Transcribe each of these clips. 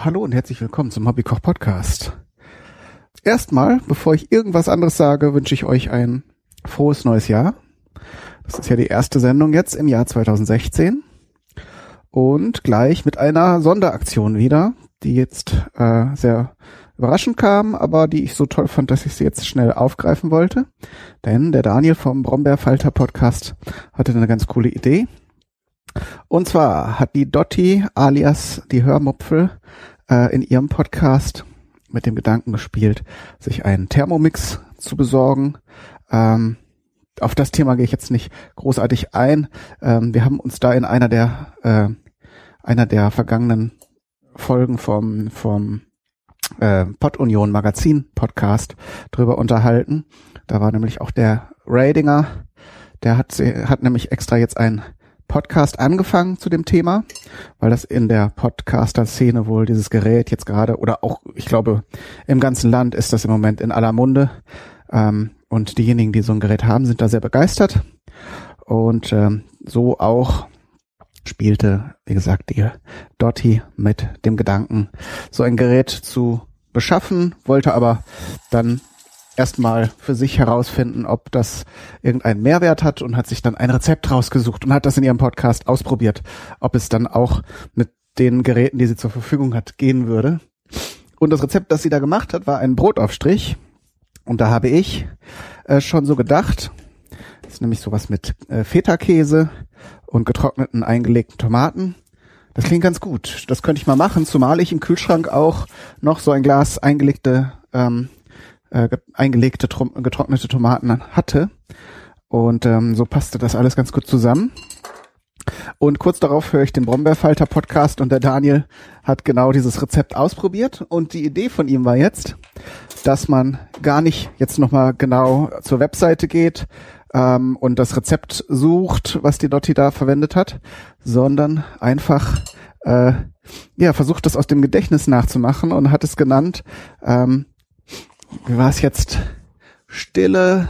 Hallo und herzlich willkommen zum Hobbykoch-Podcast. Erstmal, bevor ich irgendwas anderes sage, wünsche ich euch ein frohes neues Jahr. Das ist ja die erste Sendung jetzt im Jahr 2016. Und gleich mit einer Sonderaktion wieder, die jetzt sehr überraschend kam, aber die ich so toll fand, dass ich sie jetzt schnell aufgreifen wollte. Denn der Daniel vom Brombeerfalter-Podcast hatte eine ganz coole Idee. Und zwar hat die Dotti alias die Hörmupfel in ihrem Podcast mit dem Gedanken gespielt, sich einen Thermomix zu besorgen. Auf das Thema gehe ich jetzt nicht großartig ein. Wir haben uns da in einer der vergangenen Folgen vom Pod-Union Magazin Podcast drüber unterhalten. Da war nämlich auch der Radinger, der hat nämlich extra jetzt einen Podcast angefangen zu dem Thema, weil das in der Podcaster-Szene wohl dieses Gerät jetzt gerade, oder auch, ich glaube, im ganzen Land ist das im Moment in aller Munde. Und diejenigen, die so ein Gerät haben, sind da sehr begeistert. Und so auch spielte, wie gesagt, die Dotti mit dem Gedanken, so ein Gerät zu beschaffen, wollte aber dann erstmal für sich herausfinden, ob das irgendeinen Mehrwert hat und hat sich dann ein Rezept rausgesucht und hat das in ihrem Podcast ausprobiert, ob es dann auch mit den Geräten, die sie zur Verfügung hat, gehen würde. Und das Rezept, das sie da gemacht hat, war ein Brotaufstrich. Und da habe ich schon so gedacht, das ist nämlich sowas mit Feta-Käse und getrockneten eingelegten Tomaten. Das klingt ganz gut. Das könnte ich mal machen, zumal ich im Kühlschrank auch noch so ein Glas getrocknete Tomaten hatte. Und so passte das alles ganz gut zusammen. Und kurz darauf höre ich den Brombeerfalter-Podcast und der Daniel hat genau dieses Rezept ausprobiert. Und die Idee von ihm war jetzt, dass man gar nicht jetzt nochmal genau zur Webseite geht und das Rezept sucht, was die Dotti da verwendet hat, sondern einfach versucht, das aus dem Gedächtnis nachzumachen und hat es genannt, wie war es jetzt? Stille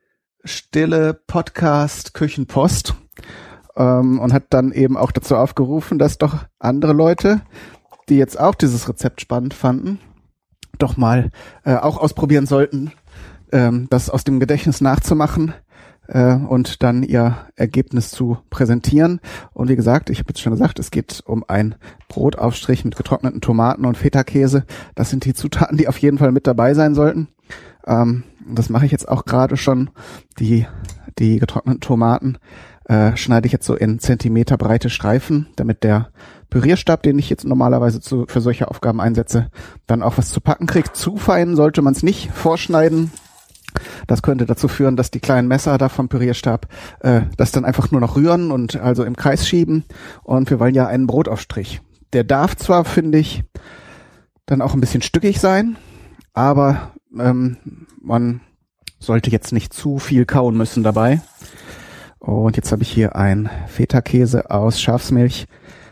Podcast Küchenpost. Und hat dann eben auch dazu aufgerufen, dass doch andere Leute, die jetzt auch dieses Rezept spannend fanden, doch mal auch ausprobieren sollten, das aus dem Gedächtnis nachzumachen und dann ihr Ergebnis zu präsentieren. Und wie gesagt, ich habe jetzt schon gesagt, es geht um einen Brotaufstrich mit getrockneten Tomaten und Feta-Käse. Das sind die Zutaten, die auf jeden Fall mit dabei sein sollten. Das mache ich jetzt auch gerade schon. Die getrockneten Tomaten schneide ich jetzt so in Zentimeter breite Streifen, damit der Pürierstab, den ich jetzt normalerweise für solche Aufgaben einsetze, dann auch was zu packen kriegt. Zu fein sollte man es nicht vorschneiden. Das könnte dazu führen, dass die kleinen Messer da vom Pürierstab das dann einfach nur noch rühren und also im Kreis schieben. Und wir wollen ja einen Brotaufstrich. Der darf zwar, finde ich, dann auch ein bisschen stückig sein, aber man sollte jetzt nicht zu viel kauen müssen dabei. Und jetzt habe ich hier einen Feta-Käse aus Schafsmilch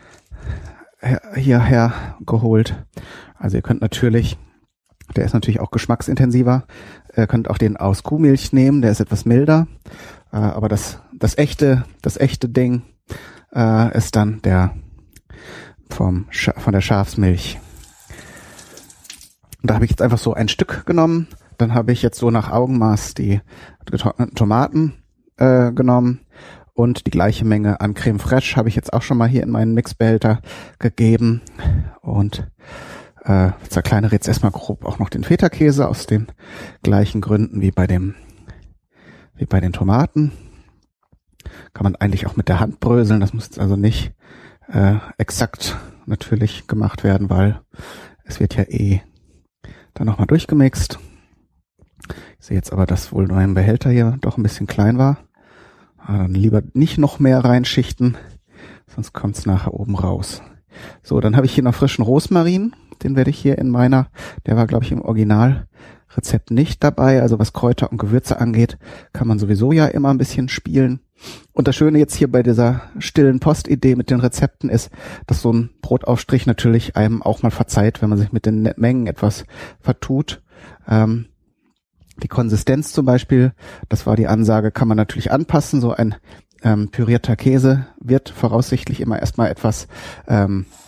hierher geholt. Also ihr könnt natürlich, der ist natürlich auch geschmacksintensiver, ihr könnt auch den aus Kuhmilch nehmen, der ist etwas milder. Aber das echte Ding ist dann der von der Schafsmilch. Und da habe ich jetzt einfach so ein Stück genommen. Dann habe ich jetzt so nach Augenmaß die getrockneten Tomaten genommen und die gleiche Menge an Creme Fraiche habe ich jetzt auch schon mal hier in meinen Mixbehälter gegeben und zerkleinere jetzt erstmal grob auch noch den Feta-Käse aus den gleichen Gründen wie bei den Tomaten. Kann man eigentlich auch mit der Hand bröseln, das muss jetzt also nicht exakt natürlich gemacht werden, weil es wird ja dann nochmal durchgemixt. Ich sehe jetzt aber, dass wohl mein Behälter hier doch ein bisschen klein war. Dann lieber nicht noch mehr reinschichten, sonst kommt's nachher oben raus. So, dann habe ich hier noch frischen Rosmarin. Den werde ich hier der war, glaube ich, im Originalrezept nicht dabei. Also was Kräuter und Gewürze angeht, kann man sowieso ja immer ein bisschen spielen. Und das Schöne jetzt hier bei dieser stillen Postidee mit den Rezepten ist, dass so ein Brotaufstrich natürlich einem auch mal verzeiht, wenn man sich mit den Mengen etwas vertut. Die Konsistenz zum Beispiel, das war die Ansage, kann man natürlich anpassen. So ein pürierter Käse wird voraussichtlich immer erstmal etwas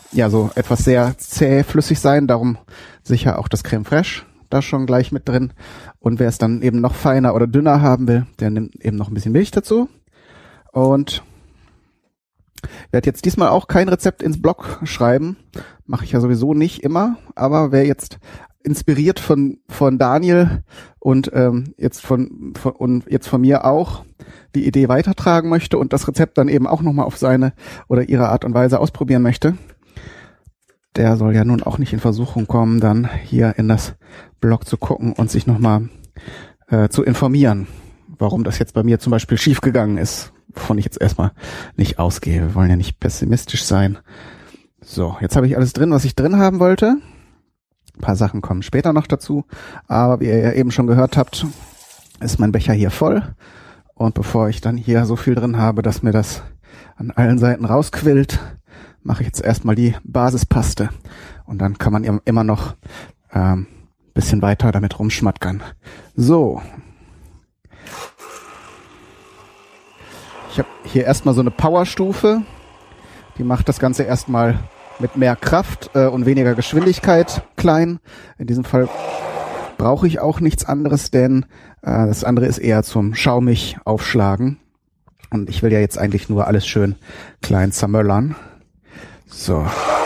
ja so etwas sehr zähflüssig sein, darum sicher auch das Creme Fraiche da schon gleich mit drin. Und wer es dann eben noch feiner oder dünner haben will, der nimmt eben noch ein bisschen Milch dazu. Und ich werde jetzt diesmal auch kein Rezept ins Blog schreiben, mache ich ja sowieso nicht immer, aber wer jetzt inspiriert von Daniel und jetzt von mir auch die Idee weitertragen möchte und das Rezept dann eben auch nochmal auf seine oder ihre Art und Weise ausprobieren möchte, der soll ja nun auch nicht in Versuchung kommen, dann hier in das Blog zu gucken und sich nochmal zu informieren, warum das jetzt bei mir zum Beispiel schiefgegangen ist, wovon ich jetzt erstmal nicht ausgehe. Wir wollen ja nicht pessimistisch sein. So, jetzt habe ich alles drin, was ich drin haben wollte. Ein paar Sachen kommen später noch dazu, aber wie ihr ja eben schon gehört habt, ist mein Becher hier voll. Und bevor ich dann hier so viel drin habe, dass mir das an allen Seiten rausquillt, mache ich jetzt erstmal die Basispaste. Und dann kann man immer noch bisschen weiter damit rumschmackern. So. Ich habe hier erstmal so eine Powerstufe. Die macht das Ganze erstmal mit mehr Kraft und weniger Geschwindigkeit klein. In diesem Fall brauche ich auch nichts anderes, denn das andere ist eher zum schaumig aufschlagen. Und ich will ja jetzt eigentlich nur alles schön klein zermöllern. So.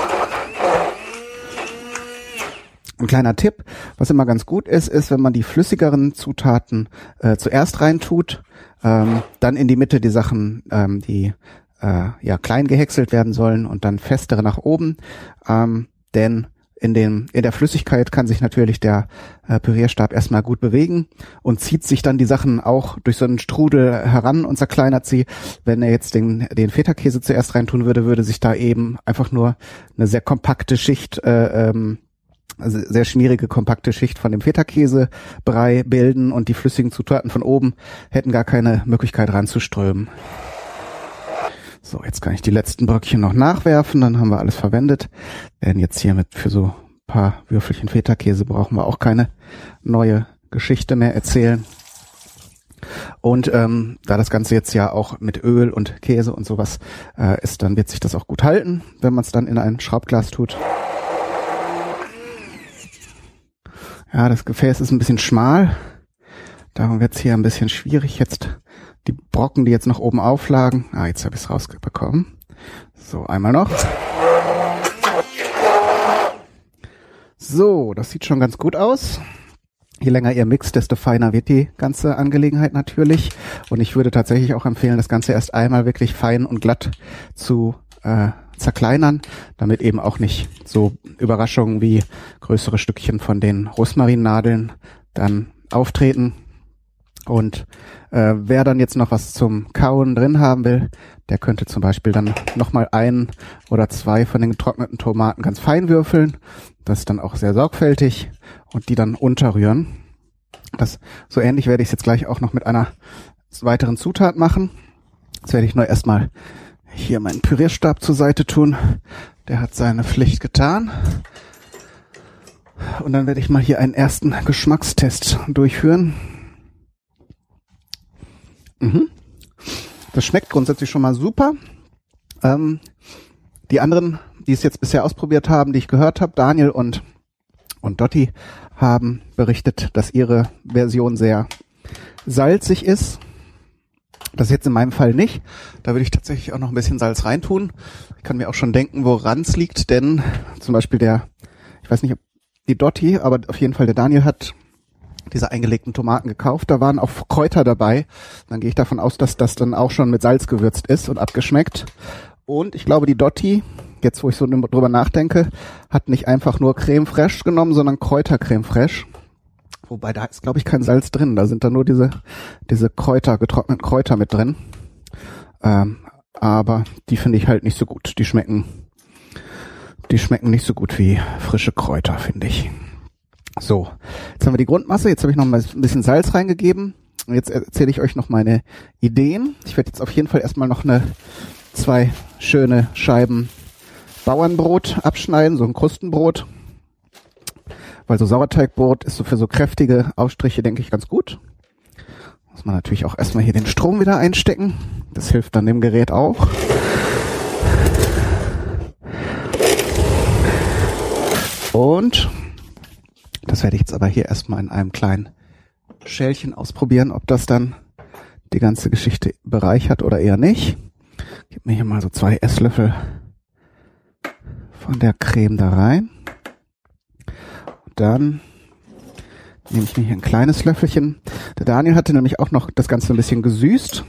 Ein kleiner Tipp, was immer ganz gut ist, wenn man die flüssigeren Zutaten zuerst reintut, dann in die Mitte die Sachen, die klein gehäckselt werden sollen und dann festere nach oben, denn in der Flüssigkeit kann sich natürlich der Pürierstab erstmal gut bewegen und zieht sich dann die Sachen auch durch so einen Strudel heran und zerkleinert sie. Wenn er jetzt den Feta-Käse zuerst reintun würde, würde sich da eben einfach nur eine sehr kompakte Schicht, also sehr schmierige, kompakte Schicht von dem Feta-Käsebrei bilden und die flüssigen Zutaten von oben hätten gar keine Möglichkeit ranzuströmen. So, jetzt kann ich die letzten Bröckchen noch nachwerfen, dann haben wir alles verwendet. Denn jetzt hier für so ein paar Würfelchen Feta-Käse brauchen wir auch keine neue Geschichte mehr erzählen. Und da das Ganze jetzt ja auch mit Öl und Käse und sowas ist, dann wird sich das auch gut halten, wenn man es dann in ein Schraubglas tut. Ja, das Gefäß ist ein bisschen schmal, darum wird es hier ein bisschen schwierig jetzt. Die Brocken, die jetzt noch oben auflagen. Jetzt habe ich es rausbekommen. So, einmal noch. So, das sieht schon ganz gut aus. Je länger ihr mixt, desto feiner wird die ganze Angelegenheit natürlich. Und ich würde tatsächlich auch empfehlen, das Ganze erst einmal wirklich fein und glatt zu zerkleinern, damit eben auch nicht so Überraschungen wie größere Stückchen von den Rosmarinnadeln dann auftreten. Und wer dann jetzt noch was zum Kauen drin haben will, der könnte zum Beispiel dann nochmal 1 oder 2 von den getrockneten Tomaten ganz fein würfeln. Das ist dann auch sehr sorgfältig und die dann unterrühren. So ähnlich werde ich es jetzt gleich auch noch mit einer weiteren Zutat machen. Jetzt werde ich nur erstmal hier meinen Pürierstab zur Seite tun. Der hat seine Pflicht getan. Und dann werde ich mal hier einen ersten Geschmackstest durchführen. Das schmeckt grundsätzlich schon mal super. Die anderen, die es jetzt bisher ausprobiert haben, die ich gehört habe, Daniel und Dotti, haben berichtet, dass ihre Version sehr salzig ist. Das ist jetzt in meinem Fall nicht. Da würde ich tatsächlich auch noch ein bisschen Salz reintun. Ich kann mir auch schon denken, woran es liegt, denn zum Beispiel ich weiß nicht, ob die Dotti, aber auf jeden Fall der Daniel hat diese eingelegten Tomaten gekauft. Da waren auch Kräuter dabei. Dann gehe ich davon aus, dass das dann auch schon mit Salz gewürzt ist und abgeschmeckt. Und ich glaube, die Dotti, jetzt wo ich so drüber nachdenke, hat nicht einfach nur Creme Fraiche genommen, sondern Kräutercreme Fraiche. Wobei da ist, glaube ich, kein Salz drin. Da sind dann nur diese Kräuter, getrockneten Kräuter mit drin. Aber die finde ich halt nicht so gut. Die schmecken nicht so gut wie frische Kräuter, finde ich. So, jetzt haben wir die Grundmasse, jetzt habe ich noch mal ein bisschen Salz reingegeben. Und jetzt erzähle ich euch noch meine Ideen. Ich werde jetzt auf jeden Fall erstmal noch 2 schöne Scheiben Bauernbrot abschneiden, so ein Krustenbrot. Weil so Sauerteigbrot ist so für so kräftige Aufstriche, denke ich, ganz gut. Muss man natürlich auch erstmal hier den Strom wieder einstecken. Das hilft dann dem Gerät auch. Und das werde ich jetzt aber hier erstmal in einem kleinen Schälchen ausprobieren, ob das dann die ganze Geschichte bereichert oder eher nicht. Gib mir hier mal so 2 Esslöffel von der Creme da rein. Und dann nehme ich mir hier ein kleines Löffelchen. Der Daniel hatte nämlich auch noch das Ganze ein bisschen gesüßt.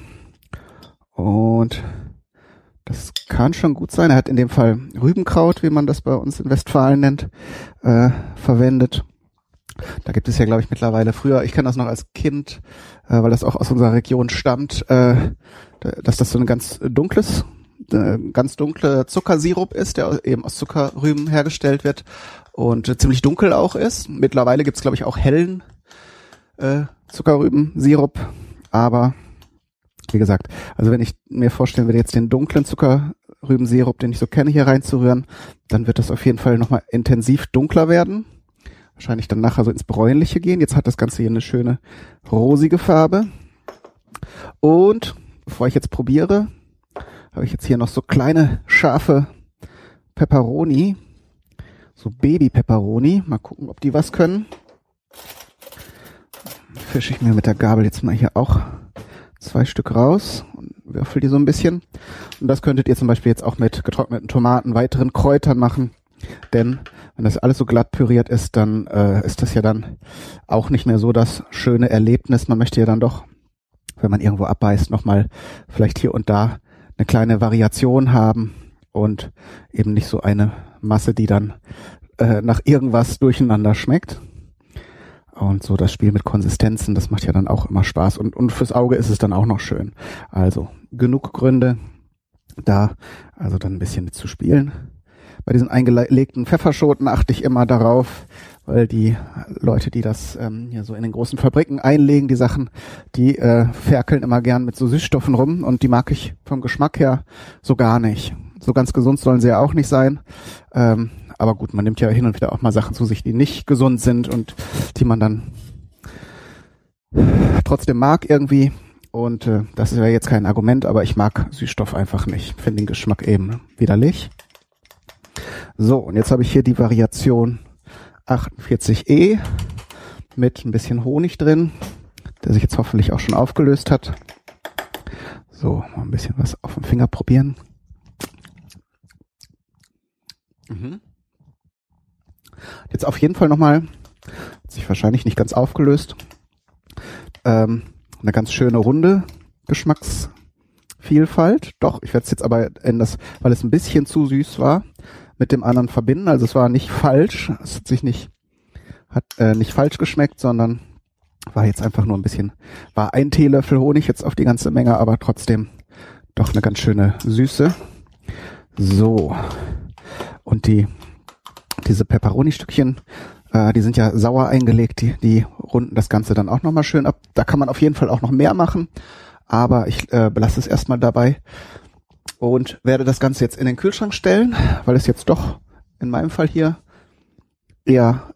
Und das kann schon gut sein. Er hat in dem Fall Rübenkraut, wie man das bei uns in Westfalen nennt, verwendet. Da gibt es ja, glaube ich, mittlerweile früher, ich kenne das noch als Kind, weil das auch aus unserer Region stammt, dass das so ein ganz dunkler Zuckersirup ist, der eben aus Zuckerrüben hergestellt wird und ziemlich dunkel auch ist. Mittlerweile gibt es, glaube ich, auch hellen Zuckerrübensirup, aber wie gesagt, also wenn ich mir vorstellen würde, jetzt den dunklen Zuckerrübensirup, den ich so kenne, hier reinzurühren, dann wird das auf jeden Fall nochmal intensiv dunkler werden. Wahrscheinlich dann nachher so ins Bräunliche gehen. Jetzt hat das Ganze hier eine schöne rosige Farbe. Und bevor ich jetzt probiere, habe ich jetzt hier noch so kleine, scharfe Pepperoni. So Baby-Pepperoni. Mal gucken, ob die was können. Fische ich mir mit der Gabel jetzt mal hier auch 2 Stück raus und würfel die so ein bisschen. Und das könntet ihr zum Beispiel jetzt auch mit getrockneten Tomaten, weiteren Kräutern machen. Denn wenn das alles so glatt püriert ist, dann ist das ja dann auch nicht mehr so das schöne Erlebnis. Man möchte ja dann doch, wenn man irgendwo abbeißt, nochmal vielleicht hier und da eine kleine Variation haben und eben nicht so eine Masse, die dann nach irgendwas durcheinander schmeckt. Und so das Spiel mit Konsistenzen, das macht ja dann auch immer Spaß. Und fürs Auge ist es dann auch noch schön. Also genug Gründe, da also dann ein bisschen mit zu spielen. Bei diesen eingelegten Pfefferschoten achte ich immer darauf, weil die Leute, die das hier so in den großen Fabriken einlegen, die Sachen, die ferkeln immer gern mit so Süßstoffen rum und die mag ich vom Geschmack her so gar nicht. So ganz gesund sollen sie ja auch nicht sein. Aber gut, man nimmt ja hin und wieder auch mal Sachen zu sich, die nicht gesund sind und die man dann trotzdem mag irgendwie. Und das ist ja jetzt kein Argument, aber ich mag Süßstoff einfach nicht. Finde den Geschmack eben widerlich. So, und jetzt habe ich hier die Variation 48E mit ein bisschen Honig drin, der sich jetzt hoffentlich auch schon aufgelöst hat. So, mal ein bisschen was auf dem Finger probieren. Jetzt auf jeden Fall nochmal, hat sich wahrscheinlich nicht ganz aufgelöst, eine ganz schöne runde Geschmacksvielfalt. Doch, ich werde es jetzt aber ändern, weil es ein bisschen zu süß war, mit dem anderen verbinden. Also es war nicht falsch, es hat sich nicht falsch geschmeckt, sondern war jetzt einfach nur ein bisschen, war ein Teelöffel Honig jetzt auf die ganze Menge, aber trotzdem doch eine ganz schöne Süße. So, und diese Pepperoni-Stückchen, die sind ja sauer eingelegt, die runden das Ganze dann auch nochmal schön ab. Da kann man auf jeden Fall auch noch mehr machen, aber ich belasse es erstmal dabei und werde das Ganze jetzt in den Kühlschrank stellen, weil es jetzt doch in meinem Fall hier eher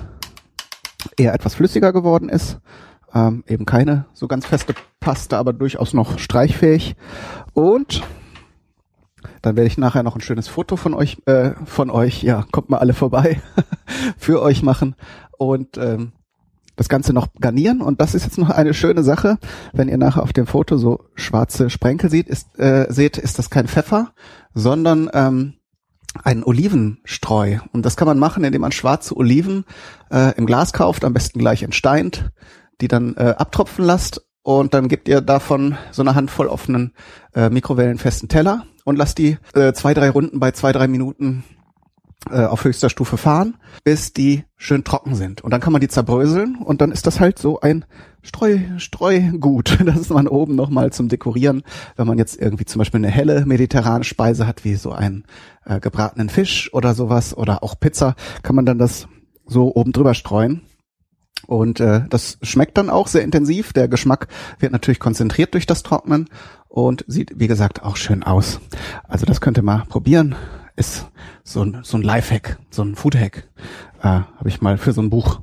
etwas flüssiger geworden ist. Eben keine so ganz feste Paste, aber durchaus noch streichfähig. Und dann werde ich nachher noch ein schönes Foto von euch, ja, kommt mal alle vorbei, für euch machen und das Ganze noch garnieren. Und das ist jetzt noch eine schöne Sache. Wenn ihr nachher auf dem Foto so schwarze Sprenkel seht, ist das kein Pfeffer, sondern ein Olivenstreu. Und das kann man machen, indem man schwarze Oliven im Glas kauft, am besten gleich entsteint, die dann abtropfen lasst. Und dann gebt ihr davon so eine Handvoll auf einen mikrowellenfesten Teller und lasst die 2-3 Runden bei 2-3 Minuten auf höchster Stufe fahren, bis die schön trocken sind. Und dann kann man die zerbröseln und dann ist das halt so ein Streugut. Das ist man oben nochmal zum Dekorieren. Wenn man jetzt irgendwie zum Beispiel eine helle mediterrane Speise hat, wie so einen gebratenen Fisch oder sowas oder auch Pizza, kann man dann das so oben drüber streuen. Und das schmeckt dann auch sehr intensiv. Der Geschmack wird natürlich konzentriert durch das Trocknen und sieht, wie gesagt, auch schön aus. Also das könnt ihr mal probieren. Ist so ein Lifehack, so ein Foodhack. Habe ich mal für so ein Buch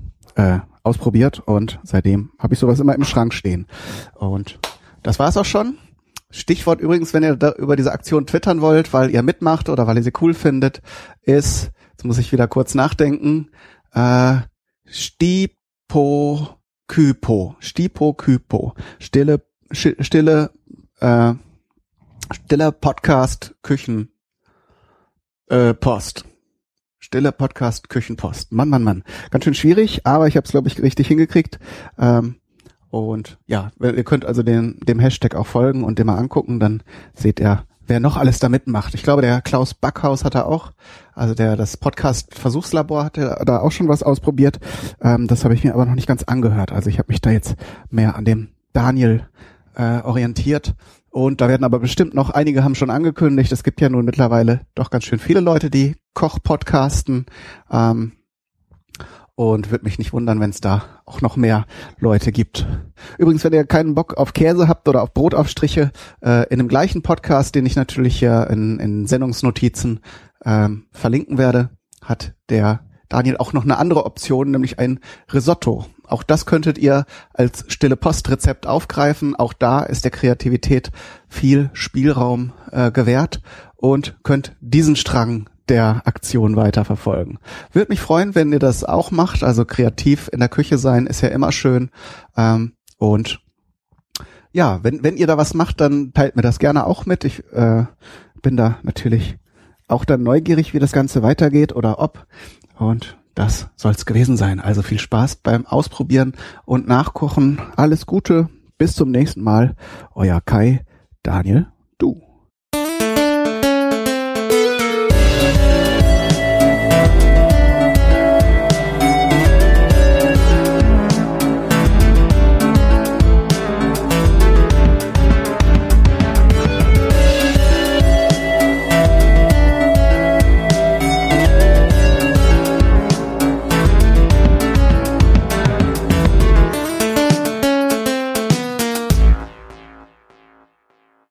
ausprobiert und seitdem habe ich sowas immer im Schrank stehen. Und das war's auch schon. Stichwort übrigens, wenn ihr da über diese Aktion twittern wollt, weil ihr mitmacht oder weil ihr sie cool findet, ist, jetzt muss ich wieder kurz nachdenken, Stipokypo, stiller Podcast Küchen Post. Stille Podcast Küchenpost. Mann. Ganz schön schwierig, aber ich habe es, glaube ich, richtig hingekriegt. Und ja, ihr könnt also dem Hashtag auch folgen und den mal angucken, dann seht ihr, wer noch alles da mitmacht. Ich glaube, der Klaus Backhaus hat da auch, also das Podcast-Versuchslabor hat da auch schon was ausprobiert. Das habe ich mir aber noch nicht ganz angehört. Also ich habe mich da jetzt mehr an dem Daniel orientiert. Und da werden aber bestimmt noch, einige haben schon angekündigt, es gibt ja nun mittlerweile doch ganz schön viele Leute, die Koch-Podcasten. Und würde mich nicht wundern, wenn es da auch noch mehr Leute gibt. Übrigens, wenn ihr keinen Bock auf Käse habt oder auf Brotaufstriche, in dem gleichen Podcast, den ich natürlich hier in Sendungsnotizen verlinken werde, hat der Daniel auch noch eine andere Option, nämlich ein Risotto. Auch das könntet ihr als stille Post-Rezept aufgreifen. Auch da ist der Kreativität viel Spielraum gewährt und könnt diesen Strang der Aktion weiterverfolgen. Würde mich freuen, wenn ihr das auch macht. Also kreativ in der Küche sein ist ja immer schön. Und ja, wenn ihr da was macht, dann teilt mir das gerne auch mit. Ich bin da natürlich auch dann neugierig, wie das Ganze weitergeht oder ob. Und das soll's gewesen sein. Also viel Spaß beim Ausprobieren und Nachkochen. Alles Gute. Bis zum nächsten Mal. Euer Kai, Daniel